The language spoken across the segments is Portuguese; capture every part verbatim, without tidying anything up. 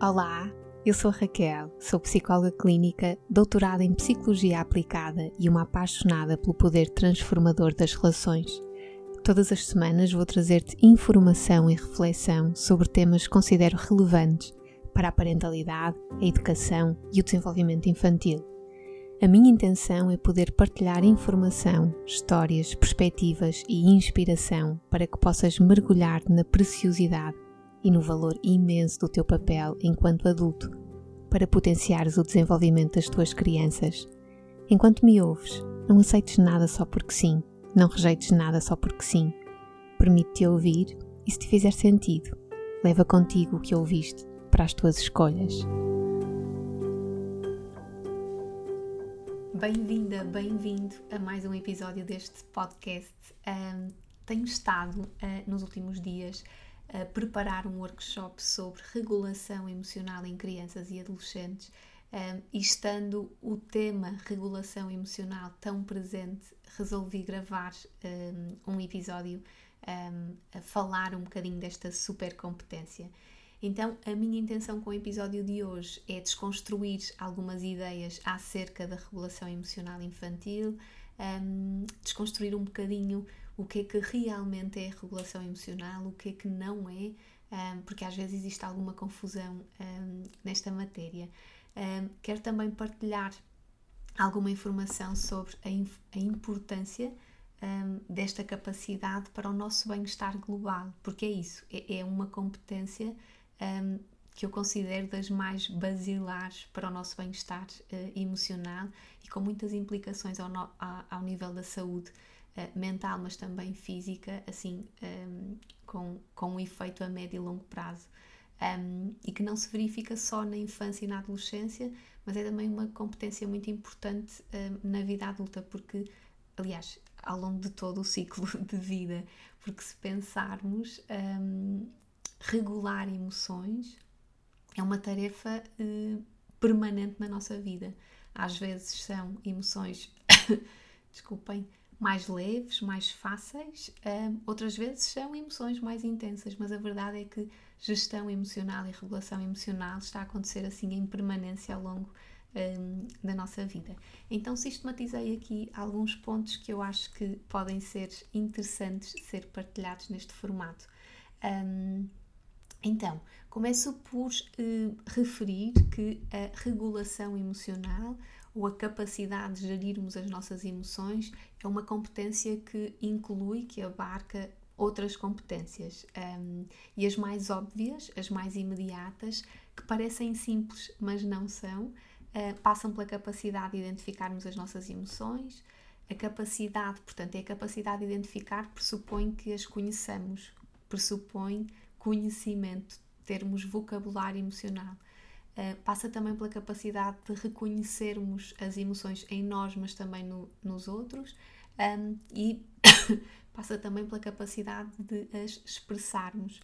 Olá, eu sou a Raquel, sou psicóloga clínica, doutorada em Psicologia Aplicada e uma apaixonada pelo poder transformador das relações. Todas as semanas vou trazer-te informação e reflexão sobre temas que considero relevantes para a parentalidade, a educação e o desenvolvimento infantil. A minha intenção é poder partilhar informação, histórias, perspectivas e inspiração para que possas mergulhar na preciosidade e no valor imenso do teu papel enquanto adulto para potenciares o desenvolvimento das tuas crianças. Enquanto me ouves, não aceites nada só porque sim, não rejeites nada só porque sim. Permite-te ouvir e, se te fizer sentido, leva contigo o que ouviste para as tuas escolhas. Bem-vinda, bem-vindo a mais um episódio deste podcast. Um, tenho estado uh, nos últimos dias a preparar um workshop sobre regulação emocional em crianças e adolescentes um, e estando o tema regulação emocional tão presente, resolvi gravar um, um episódio um, a falar um bocadinho desta super competência. Então, a minha intenção com o episódio de hoje é desconstruir algumas ideias acerca da regulação emocional infantil, um, desconstruir um bocadinho o que é que realmente é regulação emocional, o que é que não é, um, porque às vezes existe alguma confusão um, nesta matéria. Um, quero também partilhar alguma informação sobre a, inf- a importância um, desta capacidade para o nosso bem-estar global, porque é isso, é, é uma competência um, que eu considero das mais basilares para o nosso bem-estar uh, emocional e com muitas implicações ao, no, ao, ao nível da saúde uh, mental, mas também física, assim, um, com, com um efeito a médio e longo prazo. Um, e que não se verifica só na infância e na adolescência, mas é também uma competência muito importante um, na vida adulta, porque, aliás, ao longo de todo o ciclo de vida, porque se pensarmos, um, regular emoções é uma tarefa uh, permanente na nossa vida. Às vezes são emoções, desculpem, mais leves, mais fáceis, um, outras vezes são emoções mais intensas, mas a verdade é que gestão emocional e regulação emocional está a acontecer assim em permanência ao longo um, da nossa vida. Então sistematizei aqui alguns pontos que eu acho que podem ser interessantes ser partilhados neste formato. Um, Então, começo por uh, referir que a regulação emocional ou a capacidade de gerirmos as nossas emoções é uma competência que inclui, que abarca outras competências. Um, e as mais óbvias, as mais imediatas, que parecem simples, mas não são, uh, passam pela capacidade de identificarmos as nossas emoções. A capacidade, portanto, é a capacidade de identificar, pressupõe que as conheçamos, pressupõe conhecimento, termos vocabulário emocional. Uh, passa também pela capacidade de reconhecermos as emoções em nós, mas também no, nos outros, um, e passa também pela capacidade de as expressarmos.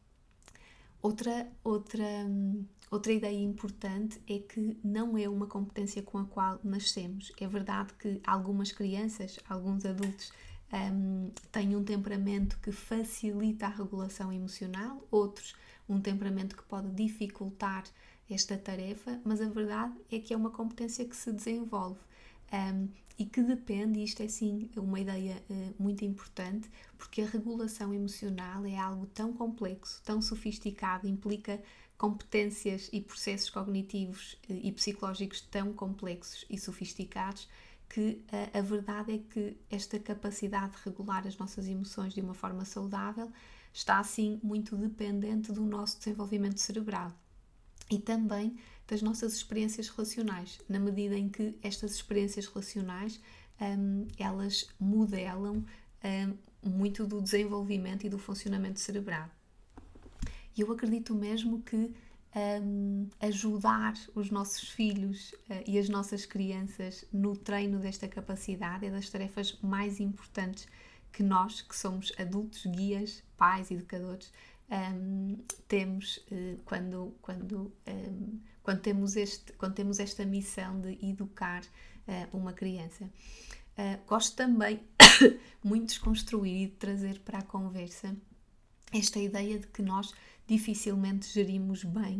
Outra, outra, um, outra ideia importante é que não é uma competência com a qual nascemos. É verdade que algumas crianças, alguns adultos, Um, têm um temperamento que facilita a regulação emocional, outros um temperamento que pode dificultar esta tarefa, mas a verdade é que é uma competência que se desenvolve um, e que depende, e isto é sim uma ideia uh, muito importante, porque a regulação emocional é algo tão complexo, tão sofisticado, implica competências e processos cognitivos uh, e psicológicos tão complexos e sofisticados que a, a verdade é que esta capacidade de regular as nossas emoções de uma forma saudável está assim muito dependente do nosso desenvolvimento cerebral e também das nossas experiências relacionais, na medida em que estas experiências relacionais um, elas modelam um, muito do desenvolvimento e do funcionamento cerebral. E eu acredito mesmo que Um, ajudar os nossos filhos uh, e as nossas crianças no treino desta capacidade é das tarefas mais importantes que nós, que somos adultos, guias, pais, educadores, um, temos uh, quando, quando, um, quando, temos este, quando temos esta missão de educar uh, uma criança. Uh, gosto também muito de desconstruir e de trazer para a conversa esta ideia de que nós dificilmente gerimos bem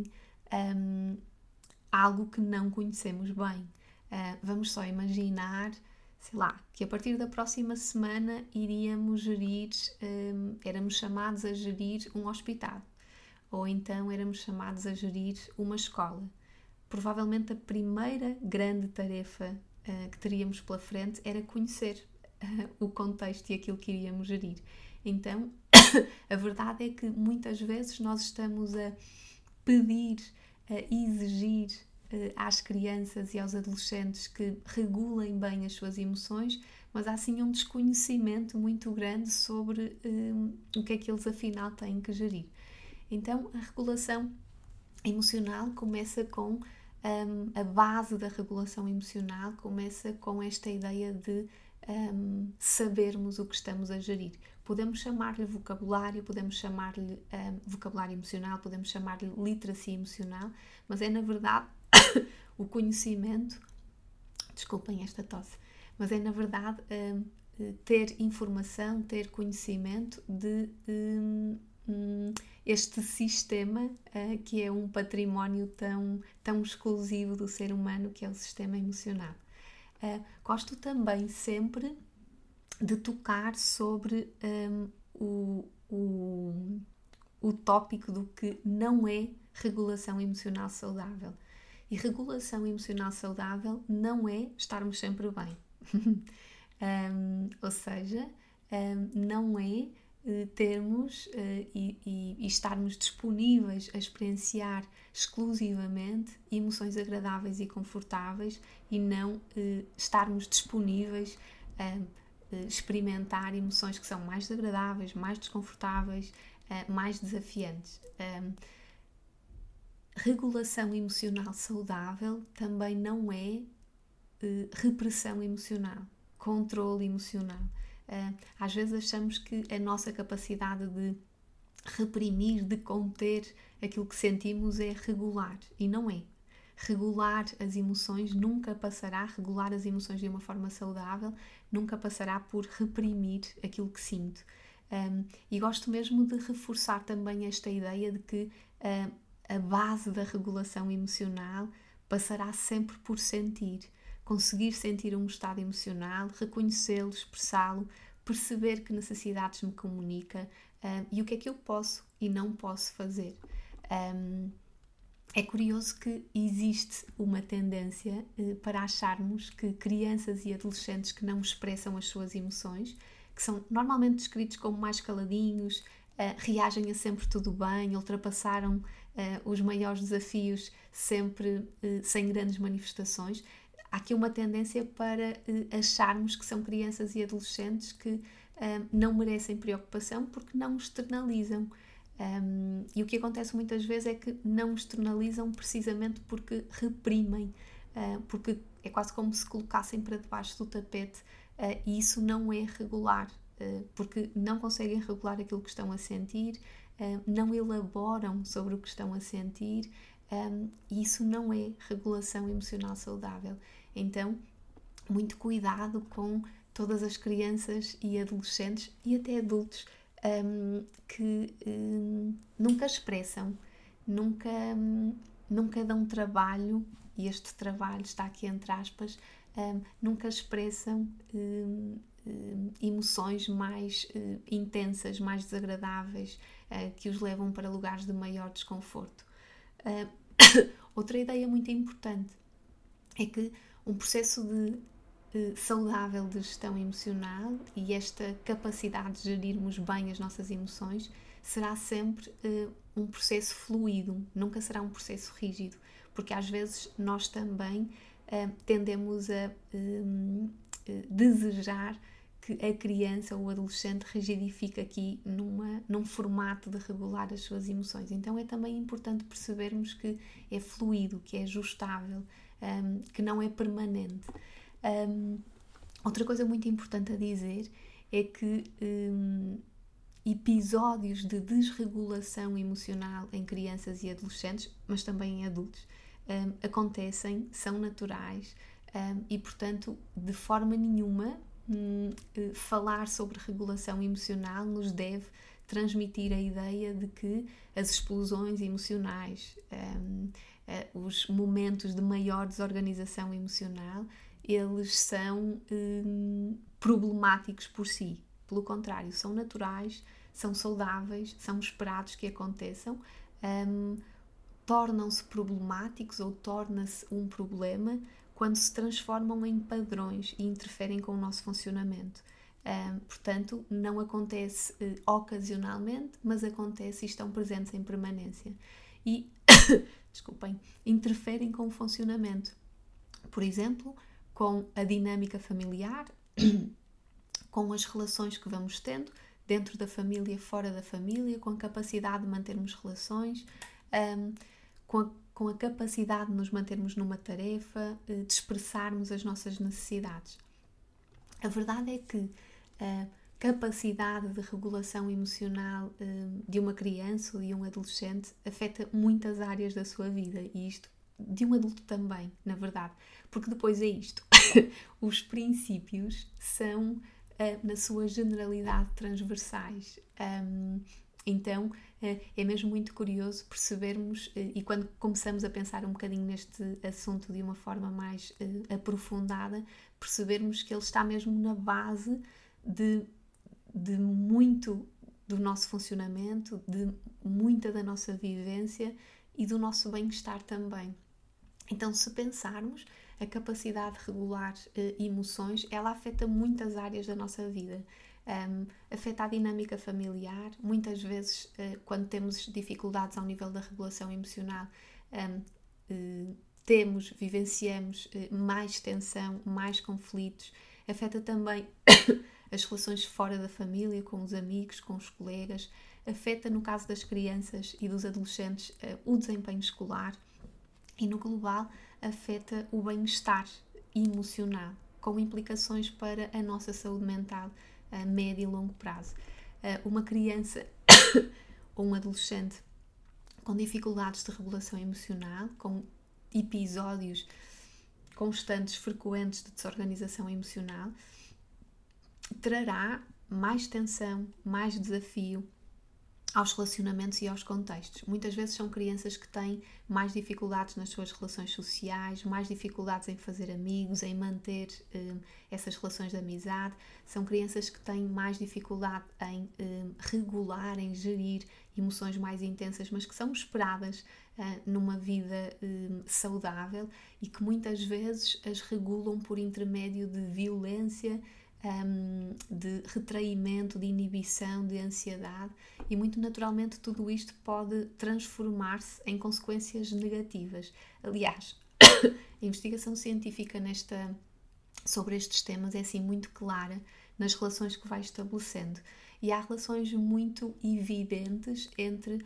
um, algo que não conhecemos bem. Uh, vamos só imaginar, sei lá, que a partir da próxima semana iríamos gerir, um, éramos chamados a gerir um hospital, ou então éramos chamados a gerir uma escola. Provavelmente a primeira grande tarefa uh, que teríamos pela frente era conhecer uh, o contexto e aquilo que iríamos gerir. Então, a verdade é que muitas vezes nós estamos a pedir, a exigir uh, às crianças e aos adolescentes que regulem bem as suas emoções, mas há sim um desconhecimento muito grande sobre um, o que é que eles afinal têm que gerir. Então, a regulação emocional começa com um, a base da regulação emocional, começa com esta ideia de um, sabermos o que estamos a gerir. Podemos chamar-lhe vocabulário, podemos chamar-lhe um, vocabulário emocional, podemos chamar-lhe literacia emocional, mas é na verdade o conhecimento, desculpem esta tosse, mas é na verdade um, ter informação, ter conhecimento de um, um, este sistema uh, que é um património tão, tão exclusivo do ser humano, que é o sistema emocional. Uh, gosto também sempre de tocar sobre um, o, o, o tópico do que não é regulação emocional saudável. E regulação emocional saudável não é estarmos sempre bem. um, ou seja, um, não é uh, termos uh, e, e, e estarmos disponíveis a experienciar exclusivamente emoções agradáveis e confortáveis e não uh, estarmos disponíveis a experimentar emoções que são mais desagradáveis, mais desconfortáveis, mais desafiantes. Regulação emocional saudável também não é repressão emocional, controle emocional. Às vezes achamos que a nossa capacidade de reprimir, de conter aquilo que sentimos é regular, e não é. Regular as emoções nunca passará, regular as emoções de uma forma saudável, nunca passará por reprimir aquilo que sinto. Um, e gosto mesmo de reforçar também esta ideia de que uh, a base da regulação emocional passará sempre por sentir. Conseguir sentir um estado emocional, reconhecê-lo, expressá-lo, perceber que necessidades me comunica uh, e o que é que eu posso e não posso fazer. Um, É curioso que existe uma tendência eh, para acharmos que crianças e adolescentes que não expressam as suas emoções, que são normalmente descritos como mais caladinhos, eh, reagem a sempre tudo bem, ultrapassaram eh, os maiores desafios sempre eh, sem grandes manifestações. Há aqui uma tendência para eh, acharmos que são crianças e adolescentes que eh, não merecem preocupação porque não externalizam. Um, e o que acontece muitas vezes é que não externalizam precisamente porque reprimem, uh, porque é quase como se colocassem para debaixo do tapete, uh, e isso não é regular, uh, porque não conseguem regular aquilo que estão a sentir, uh, não elaboram sobre o que estão a sentir, um, e isso não é regulação emocional saudável. Então, muito cuidado com todas as crianças e adolescentes e até adultos Um, que um, nunca expressam, nunca, um, nunca dão trabalho, e este trabalho está aqui entre aspas, um, nunca expressam um, um, emoções mais uh, intensas, mais desagradáveis, uh, que os levam para lugares de maior desconforto. Uh, outra ideia muito importante é que um processo de saudável de gestão emocional e esta capacidade de gerirmos bem as nossas emoções será sempre uh, um processo fluido, nunca será um processo rígido, porque às vezes nós também uh, tendemos a uh, uh, desejar que a criança ou o adolescente rigidifique aqui numa, num formato de regular as suas emoções. Então é também importante percebermos que é fluido, que é ajustável, um, que não é permanente. Um, outra coisa muito importante a dizer é que um, episódios de desregulação emocional em crianças e adolescentes, mas também em adultos, um, acontecem, são naturais um, e, portanto, de forma nenhuma um, falar sobre regulação emocional nos deve transmitir a ideia de que as explosões emocionais, um, uh, os momentos de maior desorganização emocional, eles são um, problemáticos por si. Pelo contrário, são naturais, são saudáveis, são esperados que aconteçam, um, tornam-se problemáticos ou torna-se um problema quando se transformam em padrões e interferem com o nosso funcionamento. Um, portanto, não acontece uh, ocasionalmente, mas acontece e estão presentes em permanência. E, desculpem, interferem com o funcionamento. Por exemplo, com a dinâmica familiar, com as relações que vamos tendo, dentro da família, fora da família, com a capacidade de mantermos relações, um, com, a, com a capacidade de nos mantermos numa tarefa, de expressarmos as nossas necessidades. A verdade é que a capacidade de regulação emocional um, de uma criança ou de um adolescente afeta muitas áreas da sua vida, e isto de um adulto também, na verdade, porque depois é isto. Os princípios são, uh, na sua generalidade, transversais. Um, então, uh, é mesmo muito curioso percebermos, uh, e quando começamos a pensar um bocadinho neste assunto de uma forma mais uh, aprofundada, percebermos que ele está mesmo na base de, de muito do nosso funcionamento, de muita da nossa vivência e do nosso bem-estar também. Então, se pensarmos, a capacidade de regular uh, emoções, ela afeta muitas áreas da nossa vida. Um, afeta a dinâmica familiar. Muitas vezes, uh, quando temos dificuldades ao nível da regulação emocional, um, uh, temos, vivenciamos uh, mais tensão, mais conflitos. Afeta também as relações fora da família, com os amigos, com os colegas. Afeta, no caso das crianças e dos adolescentes, uh, o desempenho escolar. E no global afeta o bem-estar emocional, com implicações para a nossa saúde mental a médio e longo prazo. Uma criança ou um adolescente com dificuldades de regulação emocional, com episódios constantes, frequentes de desorganização emocional, trará mais tensão, mais desafio aos relacionamentos e aos contextos. Muitas vezes são crianças que têm mais dificuldades nas suas relações sociais, mais dificuldades em fazer amigos, em manter eh, essas relações de amizade. São crianças que têm mais dificuldade em eh, regular, em gerir emoções mais intensas, mas que são esperadas eh, numa vida eh, saudável e que muitas vezes as regulam por intermédio de violência, Um, de retraimento, de inibição, de ansiedade, e muito naturalmente tudo isto pode transformar-se em consequências negativas. Aliás, a investigação científica nesta, sobre estes temas é assim muito clara nas relações que vai estabelecendo, e há relações muito evidentes entre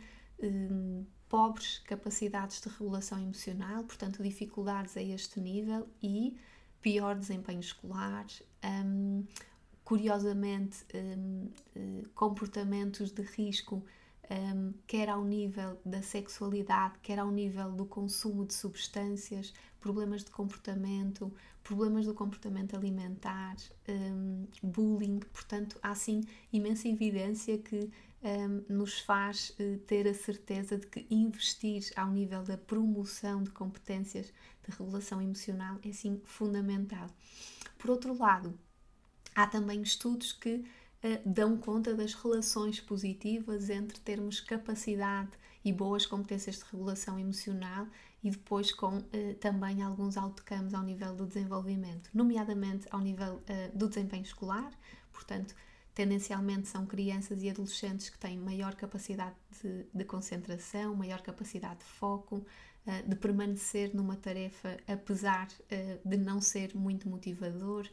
um, pobres capacidades de regulação emocional, portanto dificuldades a este nível, e pior desempenho escolar, um, curiosamente um, uh, comportamentos de risco, um, quer ao nível da sexualidade, quer ao nível do consumo de substâncias, problemas de comportamento, problemas do comportamento alimentar, um, bullying. Portanto, há sim imensa evidência que um, nos faz uh, ter a certeza de que investir ao nível da promoção de competências de regulação emocional é sim fundamental. Por outro lado, há também estudos que uh, dão conta das relações positivas entre termos capacidade e boas competências de regulação emocional e depois com uh, também alguns outcomes ao nível do desenvolvimento, nomeadamente ao nível uh, do desempenho escolar. Portanto, tendencialmente são crianças e adolescentes que têm maior capacidade de, de concentração, maior capacidade de foco, uh, de permanecer numa tarefa apesar uh, de não ser muito motivador,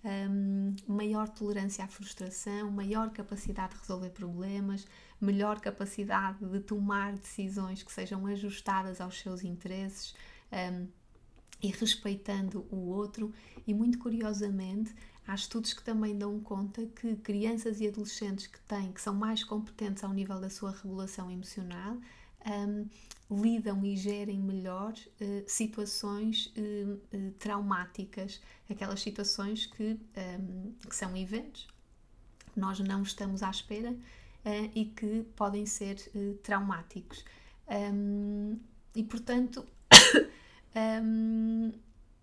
um, maior tolerância à frustração, maior capacidade de resolver problemas, melhor capacidade de tomar decisões que sejam ajustadas aos seus interesses, um, e respeitando o outro. E muito curiosamente há estudos que também dão conta que crianças e adolescentes que têm, que são mais competentes ao nível da sua regulação emocional, um, lidam e gerem melhor uh, situações uh, uh, traumáticas, aquelas situações que, um, que são eventos que nós não estamos à espera, uh, e que podem ser uh, traumáticos. Um, e, portanto, um,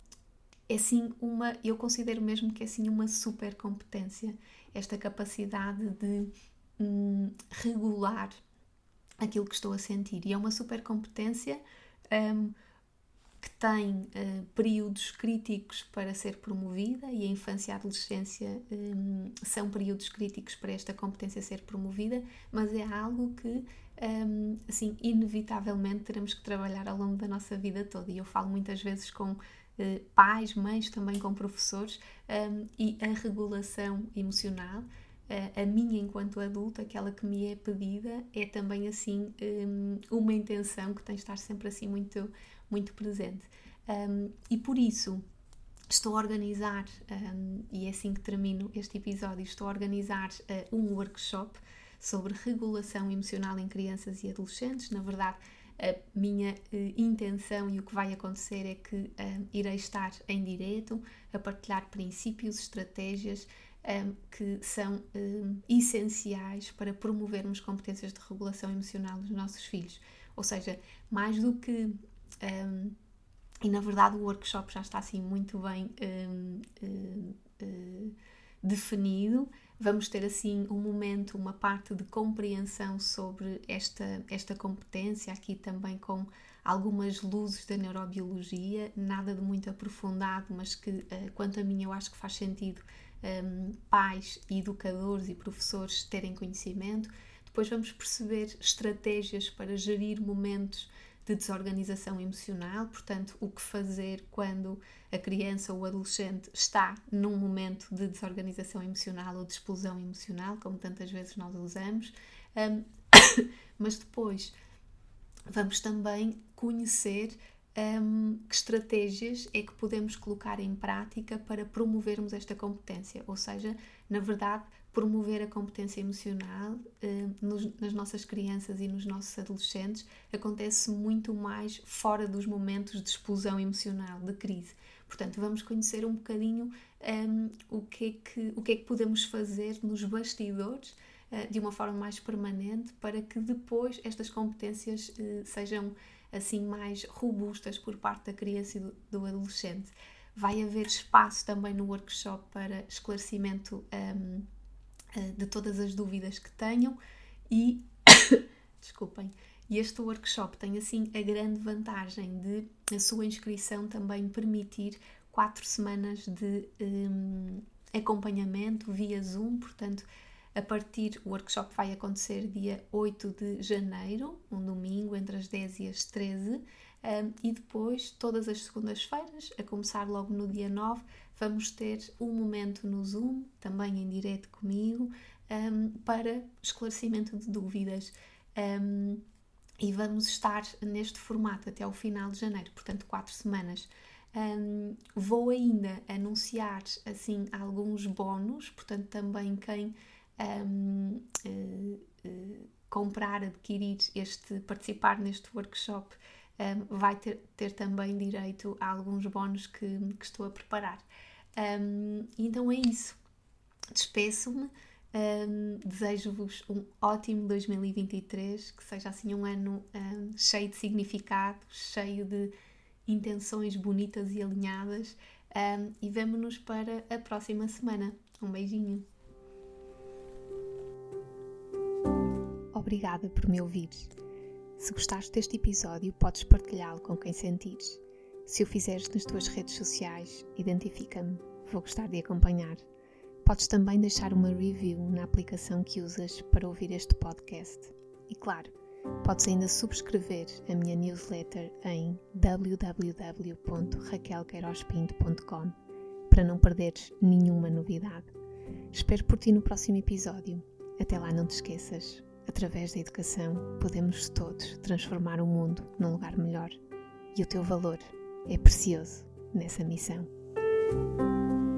é assim uma, eu considero mesmo que é assim uma super competência, esta capacidade de um, regular aquilo que estou a sentir. E é uma super competência um, que tem uh, períodos críticos para ser promovida, e a infância e a adolescência um, são períodos críticos para esta competência ser promovida, mas é algo que, um, assim, inevitavelmente teremos que trabalhar ao longo da nossa vida toda. E eu falo muitas vezes com uh, pais, mães, também com professores, um, e a regulação emocional, uh, a minha enquanto adulta, aquela que me é pedida, é também assim um, uma intenção que tem de estar sempre assim muito muito presente. Um, e por isso estou a organizar, um, e é assim que termino este episódio, estou a organizar uh, um workshop sobre regulação emocional em crianças e adolescentes. Na verdade, a minha uh, intenção e o que vai acontecer é que uh, irei estar em direto a partilhar princípios, estratégias um, que são um, essenciais para promovermos competências de regulação emocional nos nossos filhos. Ou seja, mais do que Um, e na verdade o workshop já está assim muito bem um, um, um, definido. Vamos ter assim um momento, uma parte de compreensão sobre esta, esta competência, aqui também com algumas luzes da neurobiologia, nada de muito aprofundado, mas que uh, quanto a mim eu acho que faz sentido um, pais, educadores e professores terem conhecimento. Depois vamos perceber estratégias para gerir momentos de desorganização emocional, portanto, o que fazer quando a criança ou o adolescente está num momento de desorganização emocional ou de explosão emocional, como tantas vezes nós usamos. Um, mas depois vamos também conhecer um, que estratégias é que podemos colocar em prática para promovermos esta competência, ou seja, na verdade, promover a competência emocional eh, nos, nas nossas crianças e nos nossos adolescentes acontece muito mais fora dos momentos de explosão emocional, de crise. Portanto, vamos conhecer um bocadinho um, o, que é que, o que é que podemos fazer nos bastidores uh, de uma forma mais permanente para que depois estas competências uh, sejam assim mais robustas por parte da criança e do, do adolescente. Vai haver espaço também no workshop para esclarecimento um, de todas as dúvidas que tenham e, desculpem, e este workshop tem assim a grande vantagem de a sua inscrição também permitir quatro semanas de um, acompanhamento via Zoom, portanto, a partir, o workshop vai acontecer dia oito de janeiro, um domingo, entre as dez e as treze, um, e depois, todas as segundas-feiras, a começar logo no dia nove, vamos ter um momento no Zoom, também em direto comigo, um, para esclarecimento de dúvidas. Um, e vamos estar neste formato até ao final de janeiro, portanto, quatro semanas. Um, vou ainda anunciar, assim, alguns bónus, portanto, também quem um, uh, uh, comprar, adquirir este, participar neste workshop, um, vai ter, ter também direito a alguns bónus que, que estou a preparar. Um, então é isso. Despeço-me. Um, desejo-vos um ótimo dois mil e vinte e três, que seja assim um ano um, cheio de significado, cheio de intenções bonitas e alinhadas, um, e vemo-nos para a próxima semana. Um beijinho. Obrigada por me ouvires. Se gostaste deste episódio, podes partilhá-lo com quem sentires. Se o fizeres nas tuas redes sociais, identifica-me. Vou gostar de acompanhar. Podes também deixar uma review na aplicação que usas para ouvir este podcast. E claro, podes ainda subscrever a minha newsletter em w w w ponto raquel queiroz pinto ponto com para não perderes nenhuma novidade. Espero por ti no próximo episódio. Até lá, não te esqueças, através da educação podemos todos transformar o mundo num lugar melhor. E o teu valor é precioso nessa missão.